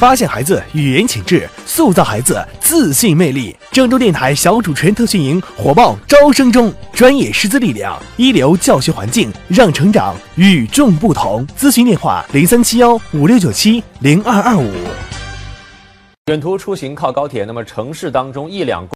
发现孩子语言潜质，塑造孩子自信魅力。郑州电台小主持人特训营火爆招生中，专业师资力量，一流教学环境，让成长与众不同。咨询电话037156970225。 远途出行靠高铁，那么城市当中一两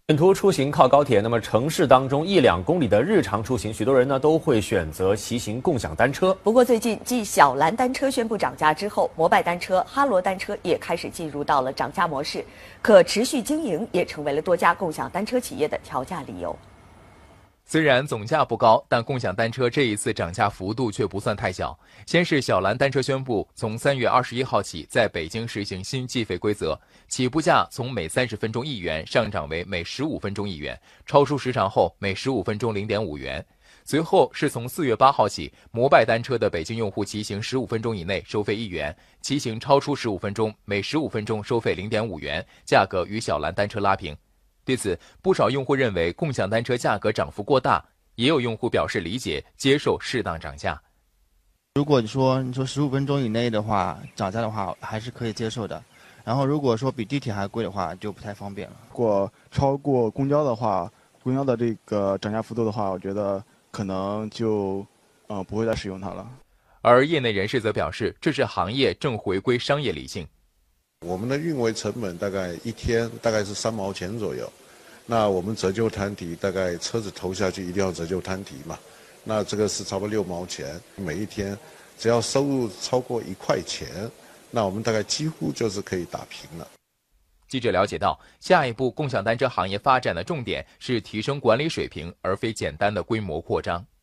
公里的日常出行，许多人呢都会选择骑行共享单车。 不过最近，继小蓝单车宣布涨价之后，摩拜单车、哈罗单车也开始进入到了涨价模式，可持续经营也成为了多家共享单车企业的调价理由。 虽然总价不高，但共享单车这一次涨价幅度却不算太小。先是小蓝单车宣布，从3月21号起，在北京实行新计费规则，起步价从每30分钟1元上涨为每15分钟1元，超出时长后每15分钟0.5元。随后是从4月8号起，摩拜单车的北京用户骑行15分钟以内收费1元，骑行超出15分钟，每15分钟收费0.5元，价格与小蓝单车拉平。对此，不少用户认为共享单车价格涨幅过大，也有用户表示理解，接受适当涨价。 如果你说15分钟以内的话，涨价的话还是可以接受的。然后如果说比地铁还贵的话，就不太方便了。 如果超过公交的话，公交的这个涨价幅度的话，我觉得可能就不会再使用它了。 而业内人士则表示，这是行业正回归商业理性。 我们的运维成本大概一天大概是3毛钱左右，那我们折旧摊提大概车子投下去一定要折旧摊提嘛，那这个是差不多6毛钱，每一天只要收入超过1块钱，那我们大概几乎就是可以打平了。 记者了解到，下一步共享单车行业发展的重点是提升管理水平，而非简单的规模扩张。